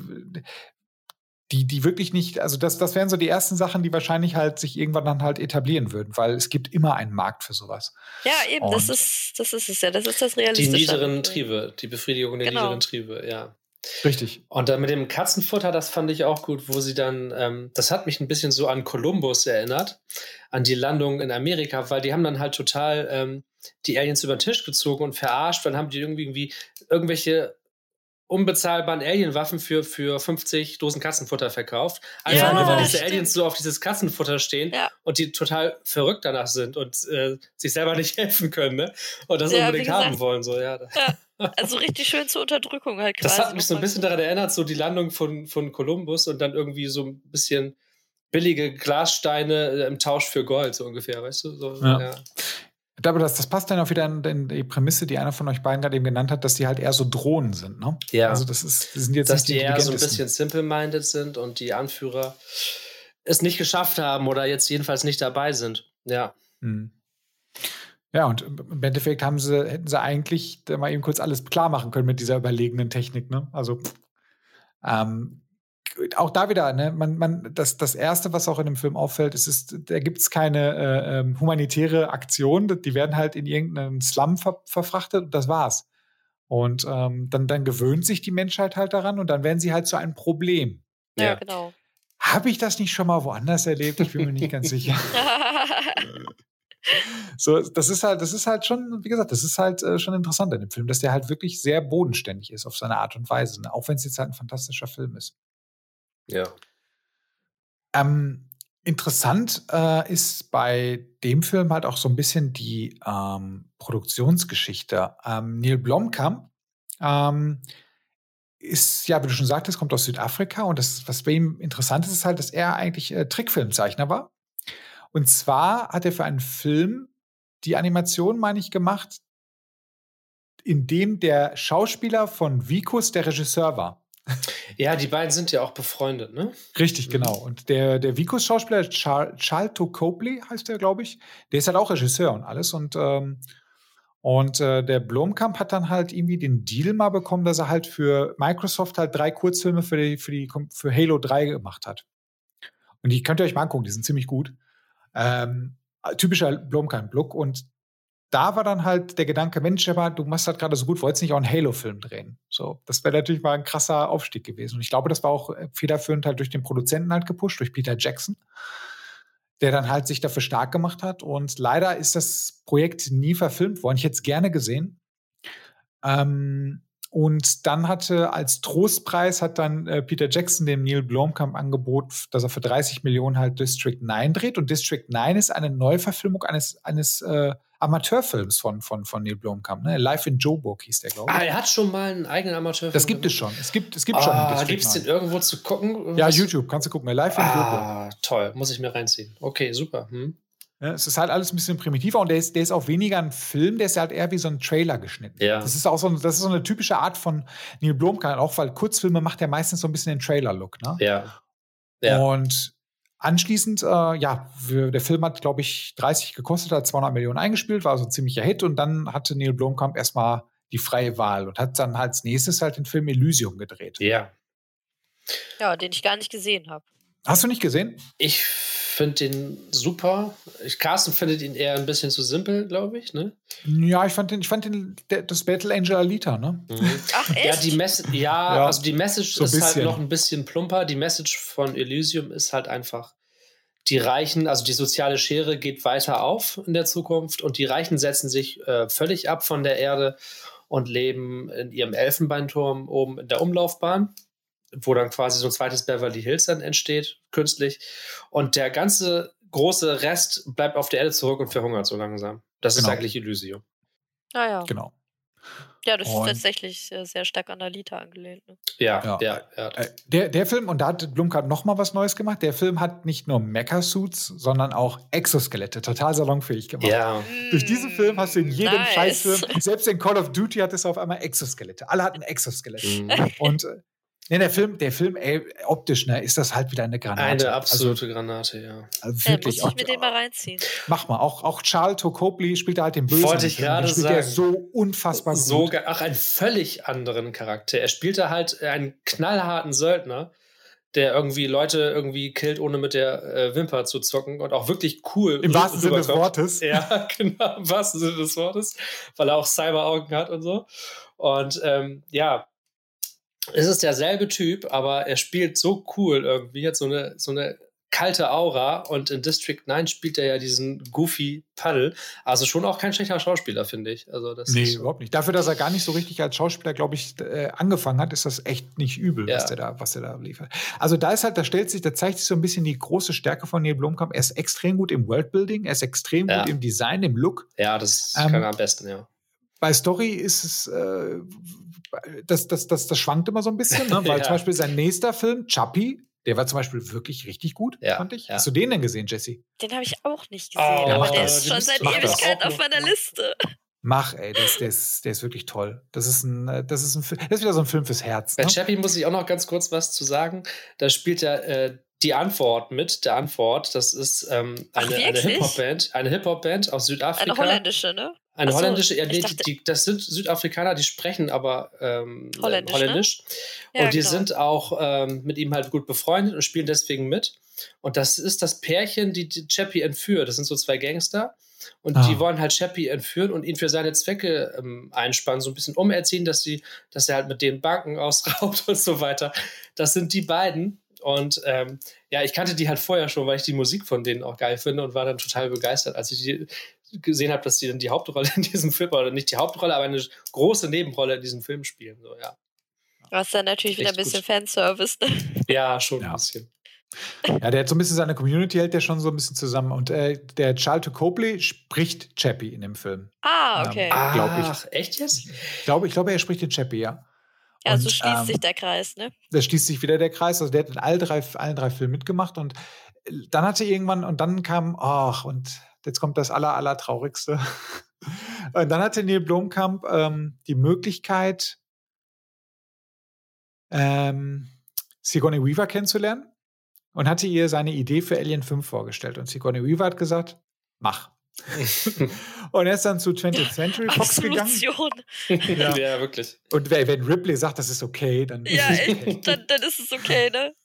die, die wirklich nicht, also das, das wären so die ersten Sachen, die wahrscheinlich halt sich irgendwann dann halt etablieren würden, weil es gibt immer einen Markt für sowas. Ja, eben, das Und- ist, das ist es ja, das ist das Die Realistische. niederen Triebe, die Befriedigung der Genau. niederen Triebe, ja. Richtig. Und dann mit dem Katzenfutter, das fand ich auch gut, wo sie dann, ähm, das hat mich ein bisschen so an Columbus erinnert, an die Landung in Amerika, weil die haben dann halt total ähm, die Aliens über den Tisch gezogen und verarscht, dann haben die irgendwie, irgendwie irgendwelche unbezahlbaren Alienwaffen für, für fünfzig Dosen Katzenfutter verkauft. Einfach Ja, nur, weil diese stimmt. Aliens so auf dieses Katzenfutter stehen Ja. und die total verrückt danach sind und äh, sich selber nicht helfen können, ne? Und das Ja, unbedingt wie haben gesagt. wollen. So, ja. Also richtig schön zur Unterdrückung halt quasi. Das hat mich muss so ein man bisschen daran erinnert, so die Landung von, von Columbus und dann irgendwie so ein bisschen billige Glassteine äh, im Tausch für Gold, so ungefähr, weißt du? So, Ja. ja. Aber das, das passt dann auch wieder in, in die Prämisse, die einer von euch beiden gerade eben genannt hat, dass die halt eher so Drohnen sind, ne? Ja. Also das ist, das sind jetzt Dass nicht die eher so ein intelligentesten. bisschen simple-minded sind und die Anführer es nicht geschafft haben oder jetzt jedenfalls nicht dabei sind. Ja. Hm. Ja, und im Endeffekt haben sie, hätten sie eigentlich da mal eben kurz alles klar machen können mit dieser überlegenen Technik, ne? Also, ähm, auch da wieder, ne, man, man, das, das Erste, was auch in dem Film auffällt, ist, ist da gibt es keine äh, ähm, humanitäre Aktion. Die werden halt in irgendeinen Slum ver verfrachtet und das war's. Und ähm, dann, dann gewöhnt sich die Menschheit halt daran und dann werden sie halt zu einem Problem. Ja, Ja. genau. Habe ich das nicht schon mal woanders erlebt? Ich bin mir nicht ganz sicher. So, das ist halt, das ist halt schon, wie gesagt, das ist halt äh, schon interessant in dem Film, dass der halt wirklich sehr bodenständig ist auf seine Art und Weise, ne? Auch wenn es jetzt halt ein fantastischer Film ist. Ja. Ähm, interessant äh, ist bei dem Film halt auch so ein bisschen die ähm, Produktionsgeschichte. Ähm, Neil Blomkamp ähm, ist, ja, wie du schon sagtest, kommt aus Südafrika und das, was bei ihm interessant ist, ist halt, dass er eigentlich äh, Trickfilmzeichner war. Und zwar hat er für einen Film die Animation, meine ich, gemacht, in dem der Schauspieler von Vicus der Regisseur war. Ja, die beiden sind ja auch befreundet, ne? Richtig, genau. Und der, der Vicus-Schauspieler, Char Charlton Copley heißt der, glaube ich, der ist halt auch Regisseur und alles. Und, ähm, und äh, der Blomkamp hat dann halt irgendwie den Deal mal bekommen, dass er halt für Microsoft halt drei Kurzfilme für, die, für, die, für Halo drei gemacht hat. Und die könnt ihr euch mal angucken, die sind ziemlich gut. Ähm, typischer Blomkamp-Look. Und da war dann halt der Gedanke, Mensch, aber du machst halt gerade so gut, wolltest nicht auch einen Halo-Film drehen? So, das wäre natürlich mal ein krasser Aufstieg gewesen. Und ich glaube, das war auch federführend halt durch den Produzenten halt gepusht, durch Peter Jackson, der dann halt sich dafür stark gemacht hat. Und leider ist das Projekt nie verfilmt worden. Ich hätte es gerne gesehen. Ähm, und dann hatte als Trostpreis hat dann äh, Peter Jackson dem Neil Blomkamp angeboten, dass er für dreißig Millionen halt District neun dreht. Und District neun ist eine Neuverfilmung eines, eines äh, Amateurfilms von, von, von Neil Blomkamp. Ne? Live in Joburg hieß der, glaube ich. Ah, er hat schon mal einen eigenen Amateurfilm. Das gibt es schon. Es gibt, es gibt schon einen Ah, District gibt es den neun. irgendwo zu gucken? Ja, Was? YouTube, kannst du gucken. Live in Joburg. Ah, toll. Muss ich mir reinziehen. Okay, super. Hm. Ja, es ist halt alles ein bisschen primitiver und der ist, der ist auch weniger ein Film, der ist halt eher wie so ein Trailer geschnitten. Ja. Das ist auch so, das ist so eine typische Art von Neil Blomkamp, auch weil Kurzfilme macht er meistens so ein bisschen den Trailer-Look. Ne? Ja. ja. Und anschließend, äh, ja, wir, der Film hat, glaube ich, dreißig gekostet, hat zweihundert Millionen eingespielt, war so ein ziemlicher Hit und dann hatte Neil Blomkamp erstmal die freie Wahl und hat dann als nächstes halt den Film Elysium gedreht. Ja. Ja, den ich gar nicht gesehen habe. Hast du nicht gesehen? Ich finde den super. Ich, Carsten findet ihn eher ein bisschen zu simpel, glaube ich, ne? Ja, ich fand den, ich fand den, der, das Battle Angel Alita, ne? Mhm. Ach, echt? Ja, die Mess ja, Ja, also die Message so ein ist halt bisschen. noch ein bisschen plumper. Die Message von Elysium ist halt einfach, die Reichen, also die soziale Schere geht weiter auf in der Zukunft und die Reichen setzen sich äh, völlig ab von der Erde und leben in ihrem Elfenbeinturm oben in der Umlaufbahn, wo dann quasi so ein zweites Beverly Hills dann entsteht, künstlich. Und der ganze große Rest bleibt auf der Erde zurück und verhungert so langsam. Das Genau. ist eigentlich Elysium. Ah, ja. Genau. Ja, das Und- ist tatsächlich sehr, sehr stark an Alita angelehnt. Ne? Ja, Ja. ja, ja. Äh, Der, der Film, und da hat Blomkamp noch mal was Neues gemacht, der Film hat nicht nur Mecha-Suits, sondern auch Exoskelette, total salonfähig gemacht. Ja. Durch diesen Film hast du in jedem Nice. Scheißfilm, selbst in Call of Duty hattest du auf einmal Exoskelette. Alle hatten Exoskelette. Mhm. Und äh, nee, der Film, der Film, ey, optisch, ne, ist das halt wieder eine Granate. Eine absolute Granate, ja. Also, also Ja, muss wirklich. ich auch, mir den mal reinziehen. mach mal. Auch, auch Charlton Copley spielt da halt den Bösen. Wollte ich Den gerade spielt der sagen. so unfassbar gut. So, ge- ach, einen völlig anderen Charakter. Er spielte halt einen knallharten Söldner, der irgendwie Leute irgendwie killt, ohne mit der äh, Wimper zu zucken und auch wirklich cool Im wahrsten Sinne des rüberkommt. Wortes. Ja, genau, im wahrsten Sinne des Wortes, weil er auch Cyberaugen hat und so. Und ähm, ja, es ist derselbe Typ, aber er spielt so cool irgendwie, hat so eine, so eine kalte Aura und in District neun spielt er ja diesen goofy Paddel. Also schon auch kein schlechter Schauspieler, finde ich. Also das Nee, ist so. überhaupt nicht. Dafür, dass er gar nicht so richtig als Schauspieler, glaube ich, äh, angefangen hat, ist das echt nicht übel, Ja. was der da, was der da liefert. Also da ist halt, da stellt sich, da zeigt sich so ein bisschen die große Stärke von Neil Blomkamp. Er ist extrem gut im Worldbuilding, er ist extrem Ja. gut im Design, im Look. Ja, das Ähm, kann er am besten, ja. Bei Story ist es, äh, das, das, das, das schwankt immer so ein bisschen, ne? Weil Ja. zum Beispiel sein nächster Film, Chappie, der war zum Beispiel wirklich richtig gut, Ja, fand ich. ja. Hast du den denn gesehen, Jesse? Den habe ich auch nicht Oh, gesehen, aber mach der das. ist Du schon musst- seit mach das. Ewigkeit Auch auf noch meiner mal. Liste. Mach, ey, das, der, ist, der ist wirklich toll. Das ist ein, äh, das ist ein, Fi- das ist wieder so ein Film fürs Herz. Bei Ne? Chappie muss ich auch noch ganz kurz was zu sagen. Da spielt er äh, die Antwort mit. Der Antwort, das ist ähm, Ach, eine, eine wirklich? Hip-Hop-Band, eine Hip-Hop-Band aus Südafrika. Eine holländische, ne? Eine Ach so, holländische, ja, ich nee, dachte- die, die, das sind Südafrikaner, die sprechen aber ähm, Holländisch, äh, Holländisch. Ja, und die genau. sind auch ähm, mit ihm halt gut befreundet und spielen deswegen mit. Und das ist das Pärchen, die, die Chappie entführt. Das sind so zwei Gangster. Und Ah. die wollen halt Chappie entführen und ihn für seine Zwecke ähm, einspannen, so ein bisschen umerziehen, dass, sie, dass er halt mit den Banken ausraubt und so weiter. Das sind die beiden. Und ähm, ja, ich kannte die halt vorher schon, weil ich die Musik von denen auch geil finde und war dann total begeistert, als ich die gesehen habe, dass sie dann die Hauptrolle in diesem Film, oder nicht die Hauptrolle, aber eine große Nebenrolle in diesem Film spielen. So, ja. Was dann natürlich wieder ein Echt bisschen gut. Fanservice. Ne? ja, schon Ja. ein bisschen. Ja, der hat so ein bisschen seine Community, hält der schon so ein bisschen zusammen. Und äh, der Charlton Copley spricht Chappie in dem Film. Ah, okay. Ähm, Glaub ich. Ach, echt jetzt? Ich glaube, ich glaube, er spricht den Chappie, ja. ja, so und, schließt ähm, sich der Kreis, ne? Da schließt sich wieder der Kreis. Also der hat in all drei, allen drei Filmen mitgemacht. Und dann hatte irgendwann, und dann kam, ach, und jetzt kommt das aller, aller Traurigste. Und dann hatte Neil Blomkamp ähm, die Möglichkeit, ähm, Sigourney Weaver kennenzulernen und hatte ihr seine Idee für Alien fünf vorgestellt. Und Sigourney Weaver hat gesagt, mach. Und er ist dann zu twentieth Century Fox gegangen. Absolution. ja. Ja. wirklich. Und wenn wenn Ripley sagt, das ist okay, dann Ja, ist es echt, okay. dann, dann ist es okay, ne?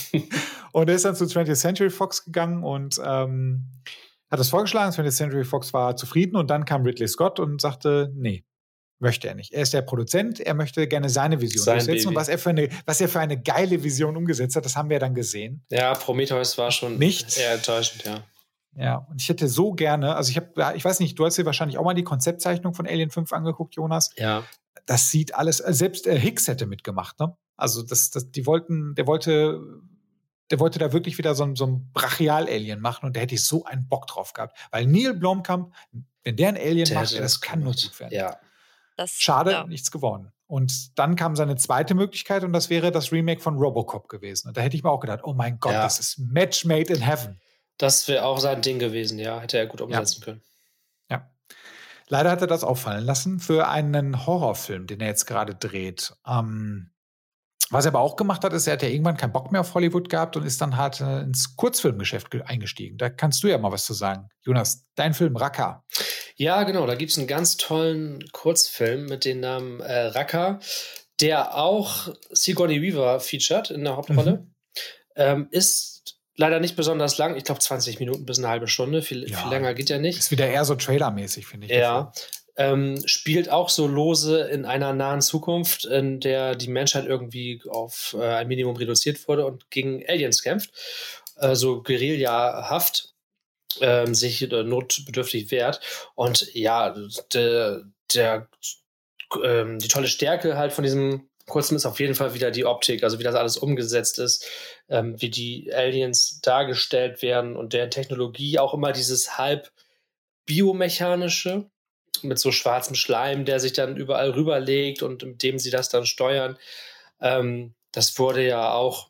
Und er ist dann zu twentieth Century Fox gegangen und ähm, hat das vorgeschlagen. twentieth Century Fox war zufrieden und dann kam Ridley Scott und sagte, nee, möchte er nicht. Er ist der Produzent, er möchte gerne seine Vision Sein durchsetzen. Baby. Und was er, für eine, was er für eine geile Vision umgesetzt hat, das haben wir dann gesehen. Ja, Prometheus war schon Nicht. eher enttäuschend, ja. Ja, und ich hätte so gerne, also ich habe, ja, ich weiß nicht, du hast dir wahrscheinlich auch mal die Konzeptzeichnung von Alien fünf angeguckt, Jonas. Ja. Das sieht alles, äh, selbst äh, Hicks hätte mitgemacht, ne? Also das, das, die wollten, der wollte, der wollte da wirklich wieder so ein, so ein Brachial-Alien machen und da hätte ich so einen Bock drauf gehabt. Weil Neil Blomkamp, wenn der ein Alien Der macht, hätte das das kann nur gemacht. gut werden. Ja. Das, Schade, ja. nichts geworden. Und dann kam seine zweite Möglichkeit und das wäre das Remake von Robocop gewesen. Und da hätte ich mir auch gedacht, oh mein Gott, Ja. das ist Match made in heaven. Das wäre auch sein Ding gewesen, ja. Hätte er gut umsetzen können. Ja. Leider hat er das auffallen lassen für einen Horrorfilm, den er jetzt gerade dreht. Ähm, was er aber auch gemacht hat, ist, er hat ja irgendwann keinen Bock mehr auf Hollywood gehabt und ist dann halt äh, ins Kurzfilmgeschäft ge- eingestiegen. Da kannst du ja mal was zu sagen. Jonas, dein Film Raqqa. Ja, genau. Da gibt es einen ganz tollen Kurzfilm mit dem Namen äh, Raqqa, der auch Sigourney Weaver featured in der Hauptrolle. Mhm. Ähm, ist leider nicht besonders lang. Ich glaube zwanzig Minuten bis eine halbe Stunde. Viel, Ja. viel länger geht ja nicht. Ist wieder eher so trailermäßig, finde ich. der Ja. Film. Ähm, spielt auch so lose in einer nahen Zukunft, in der die Menschheit irgendwie auf äh, ein Minimum reduziert wurde und gegen Aliens kämpft. Äh, so guerillahaft ähm, sich äh, notbedürftig wehrt. Und ja, der, der, ähm, die tolle Stärke halt von diesem Kurzfilm ist auf jeden Fall wieder die Optik, also wie das alles umgesetzt ist, ähm, wie die Aliens dargestellt werden und deren Technologie auch immer dieses halb biomechanische mit so schwarzem Schleim, der sich dann überall rüberlegt und mit dem sie das dann steuern. Ähm, das wurde ja auch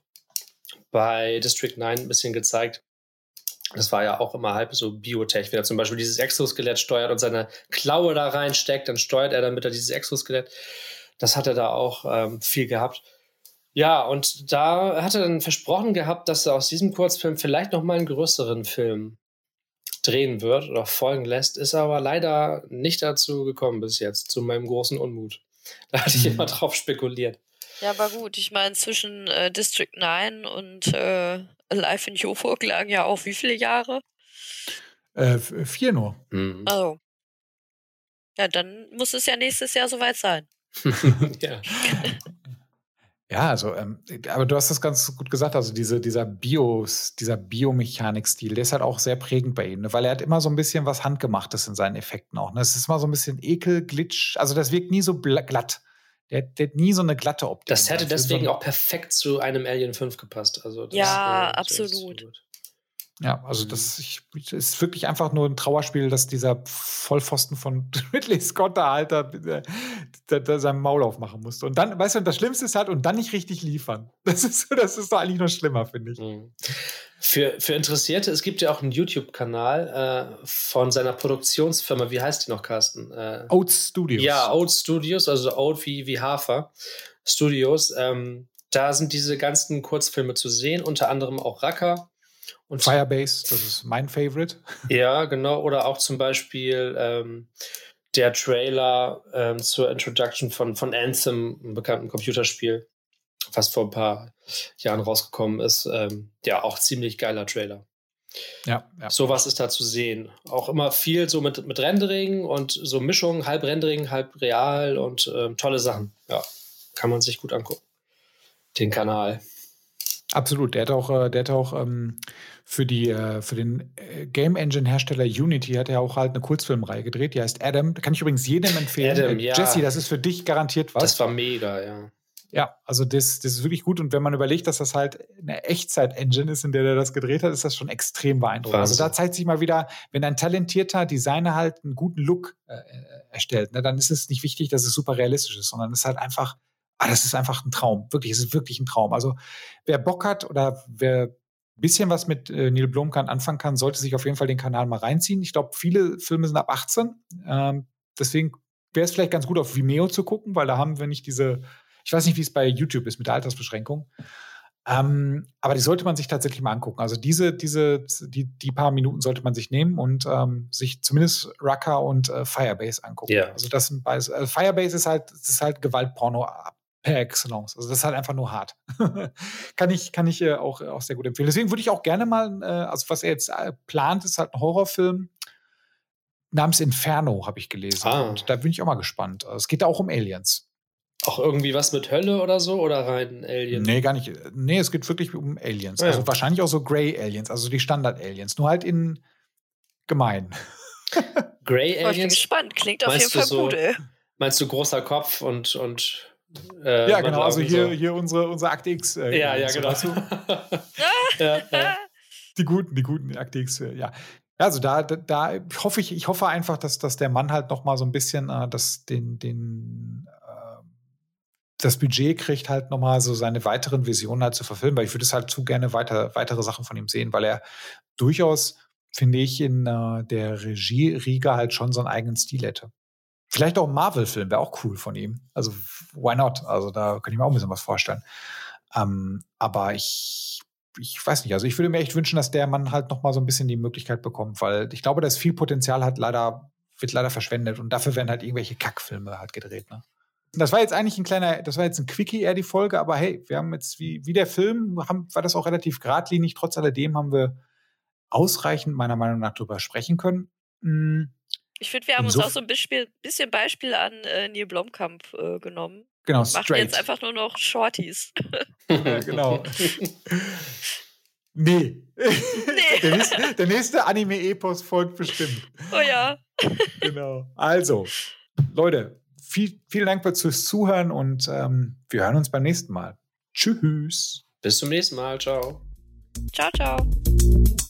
bei District neun ein bisschen gezeigt. Das war ja auch immer halb so Biotech, wenn er zum Beispiel dieses Exoskelett steuert und seine Klaue da reinsteckt, dann steuert er damit er dieses Exoskelett. Das hat er da auch ähm, viel gehabt. Ja, und da hat er dann versprochen gehabt, dass er aus diesem Kurzfilm vielleicht noch mal einen größeren Film drehen wird oder folgen lässt, ist aber leider nicht dazu gekommen bis jetzt, zu meinem großen Unmut. Da hatte ich Mhm. immer drauf spekuliert. Ja, aber gut, ich meine, zwischen äh, District neun und äh, Live in Joburg lagen ja auch wie viele Jahre? Äh, f- vier nur. Mhm. Also. Ja, dann muss es ja nächstes Jahr soweit sein. ja. Ja, also, ähm, aber du hast das ganz gut gesagt, also diese, dieser Bios, dieser Biomechanik-Stil, der ist halt auch sehr prägend bei ihm, ne? Weil er hat immer so ein bisschen was Handgemachtes in seinen Effekten auch. Ne? Es ist immer so ein bisschen Ekel, Glitch, also das wirkt nie so bla- glatt. Der, der hat nie so eine glatte Optik. Das in hätte seinem Film, deswegen sondern- auch perfekt zu einem Alien fünf gepasst. Also das, Ja, äh, das ist absolut. so gut. Ja, also Mhm. das ich, ist wirklich einfach nur ein Trauerspiel, dass dieser Vollpfosten von Ridley Scott da halt da, da, da, da sein Maul aufmachen musste. Und dann, weißt du, das Schlimmste ist halt, und dann nicht richtig liefern. Das ist, das ist doch eigentlich noch schlimmer, finde ich. Mhm. Für, für Interessierte, es gibt ja auch einen YouTube-Kanal äh, von seiner Produktionsfirma. Wie heißt die noch, Carsten? Äh, Oats Studios. Ja, Oat Studios, also Oat wie, wie Hafer Studios. Ähm, da sind diese ganzen Kurzfilme zu sehen, unter anderem auch Raqqa. Und Firebase, das ist mein Favorite. ja, genau. Oder auch zum Beispiel ähm, der Trailer ähm, zur Introduction von, von Anthem, einem bekannten Computerspiel, was vor ein paar Jahren rausgekommen ist. Ähm, ja, auch ziemlich geiler Trailer. Ja, ja. Sowas ist da zu sehen. Auch immer viel so mit, mit Rendering und so Mischung, halb Rendering, halb real und ähm, tolle Sachen. Ja, kann man sich gut angucken. Den Kanal. Absolut. Der hat auch, der hat auch ähm, für, die, äh, für den Game Engine Hersteller Unity hat er auch halt eine Kurzfilmreihe gedreht, die heißt Adam. Da kann ich übrigens jedem empfehlen. Adam, äh, ja. Jesse, das ist für dich garantiert was. Das war mega, ja. Ja, also das, das ist wirklich gut. Und wenn man überlegt, dass das halt eine Echtzeit-Engine ist, in der der das gedreht hat, ist das schon extrem beeindruckend. Wahnsinn. Also da zeigt sich mal wieder, wenn ein talentierter Designer halt einen guten Look äh, erstellt, ne, dann ist es nicht wichtig, dass es super realistisch ist, sondern es ist halt einfach, ah, das ist einfach ein Traum. Wirklich, es ist wirklich ein Traum. Also wer Bock hat oder wer ein bisschen was mit äh, Neil Blomkamp anfangen kann, sollte sich auf jeden Fall den Kanal mal reinziehen. Ich glaube, viele Filme sind ab achtzehn. Ähm, deswegen wäre es vielleicht ganz gut, auf Vimeo zu gucken, weil da haben wir nicht diese Ich weiß nicht, wie es bei YouTube ist mit der Altersbeschränkung. Ähm, aber die sollte man sich tatsächlich mal angucken. Also diese, diese, die, die paar Minuten sollte man sich nehmen und ähm, sich zumindest Rucker und äh, Firebase angucken. Ja. Also das sind beides. Also Firebase ist halt, das ist halt Gewaltporno per excellence. Also das ist halt einfach nur hart. kann ich, kann ich äh, auch, auch sehr gut empfehlen. Deswegen würde ich auch gerne mal, äh, also was er jetzt äh, plant, ist halt ein Horrorfilm namens Inferno, habe ich gelesen. Ah. Und da bin ich auch mal gespannt. Es geht auch um Aliens. Auch irgendwie was mit Hölle oder so oder rein Alien? Nee, gar nicht. Nee, es geht wirklich um Aliens. Ah, ja. Also wahrscheinlich auch so Grey Aliens, also die Standard-Aliens, nur halt in gemein. Grey Oh, ich bin Aliens? gespannt. Klingt auf Meinst jeden Fall du so- gut, ey. Meinst du großer Kopf und, und äh, Ja, genau. Also Mandelaugen hier, so? hier unsere, unsere Akte X. Äh, Ja, ja, so, genau. weißt du? ja, ja. Die guten, die guten Akte X, äh, ja. Also da, da, da hoffe ich, ich hoffe einfach, dass, dass der Mann halt noch mal so ein bisschen äh, das, den, den, äh, das Budget kriegt, halt noch mal so seine weiteren Visionen halt zu verfilmen, weil ich würde es halt zu gerne weiter, weitere Sachen von ihm sehen, weil er durchaus, finde ich, in äh, der Regie-Riga halt schon so einen eigenen Stil hätte. Vielleicht auch ein Marvel-Film wäre auch cool von ihm. Also why not? Also da könnte ich mir auch ein bisschen was vorstellen. Ähm, aber ich, ich weiß nicht. Also ich würde mir echt wünschen, dass der Mann halt noch mal so ein bisschen die Möglichkeit bekommt, weil ich glaube, dass viel Potenzial hat leider, wird leider verschwendet und dafür werden halt irgendwelche Kackfilme halt gedreht, ne? Das war jetzt eigentlich ein kleiner, das war jetzt ein Quickie eher die Folge, aber hey, wir haben jetzt wie, wie der Film, haben, war das auch relativ geradlinig. Trotz alledem haben wir ausreichend meiner Meinung nach drüber sprechen können. Hm, Ich finde, wir haben uns Insof- auch so ein bisschen, bisschen Beispiel an äh, Neil Blomkamp äh, genommen. genau, Machen straight. jetzt einfach nur noch Shorties. Ja, genau. Nee. Nee. Der nächste, der nächste Anime-Epos folgt bestimmt. Oh ja. Genau. Also, Leute, viel, vielen Dank fürs Zuhören und ähm, wir hören uns beim nächsten Mal. Tschüss. Bis zum nächsten Mal. Ciao. Ciao, ciao.